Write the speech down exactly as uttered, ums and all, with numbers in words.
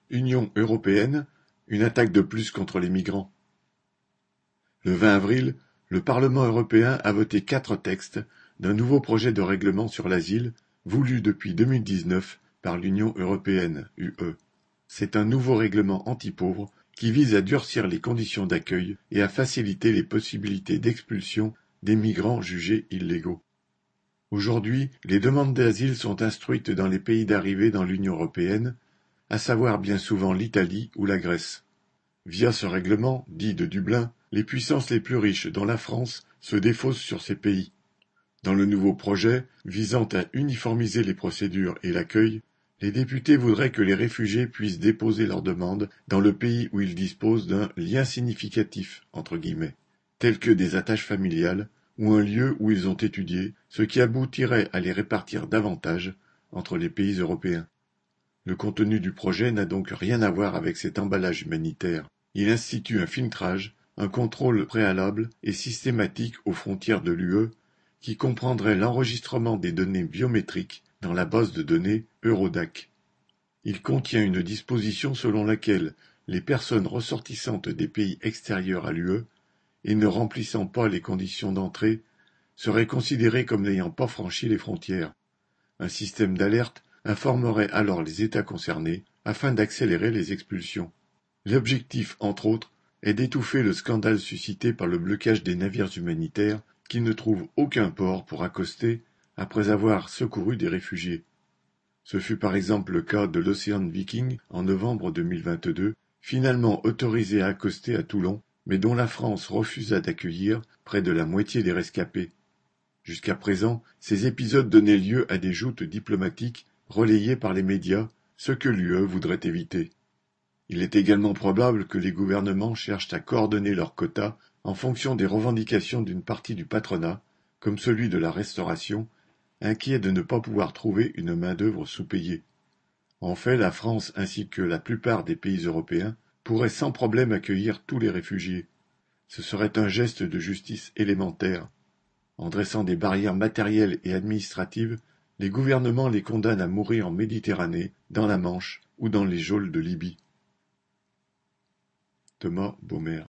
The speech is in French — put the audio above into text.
Union européenne, une attaque de plus contre les migrants. Le vingt avril, le Parlement européen a voté quatre textes d'un nouveau projet de règlement sur l'asile, voulu depuis deux mille dix-neuf par l'Union européenne (U E). C'est un nouveau règlement anti-pauvres qui vise à durcir les conditions d'accueil et à faciliter les possibilités d'expulsion des migrants jugés illégaux. Aujourd'hui, les demandes d'asile sont instruites dans les pays d'arrivée dans l'Union européenne, à savoir bien souvent l'Italie ou la Grèce. Via ce règlement, dit de Dublin, les puissances les plus riches, dont la France, se défaussent sur ces pays. Dans le nouveau projet, visant à uniformiser les procédures et l'accueil, les députés voudraient que les réfugiés puissent déposer leurs demandes dans le pays où ils disposent d'un « lien significatif » entre guillemets, tel que des attaches familiales ou un lieu où ils ont étudié, ce qui aboutirait à les répartir davantage entre les pays européens. Le contenu du projet n'a donc rien à voir avec cet emballage humanitaire. Il institue un filtrage, un contrôle préalable et systématique aux frontières de l'U E, qui comprendrait l'enregistrement des données biométriques dans la base de données Eurodac. Il contient une disposition selon laquelle les personnes ressortissantes des pays extérieurs à l'U E et ne remplissant pas les conditions d'entrée seraient considérées comme n'ayant pas franchi les frontières. Un système d'alerte informerait alors les États concernés afin d'accélérer les expulsions. L'objectif, entre autres, est d'étouffer le scandale suscité par le blocage des navires humanitaires qui ne trouvent aucun port pour accoster après avoir secouru des réfugiés. Ce fut par exemple le cas de l'Ocean Viking en novembre deux mille vingt-deux, finalement autorisé à accoster à Toulon, mais dont la France refusa d'accueillir près de la moitié des rescapés. Jusqu'à présent, ces épisodes donnaient lieu à des joutes diplomatiques relayées par les médias, ce que l'U E voudrait éviter. Il est également probable que les gouvernements cherchent à coordonner leurs quotas en fonction des revendications d'une partie du patronat, comme celui de la restauration, inquiet de ne pas pouvoir trouver une main-d'œuvre sous-payée. En fait, la France ainsi que la plupart des pays européens pourraient sans problème accueillir tous les réfugiés. Ce serait un geste de justice élémentaire. En dressant des barrières matérielles et administratives, les gouvernements les condamnent à mourir en Méditerranée, dans la Manche ou dans les geôles de Libye. Thomas Baumer.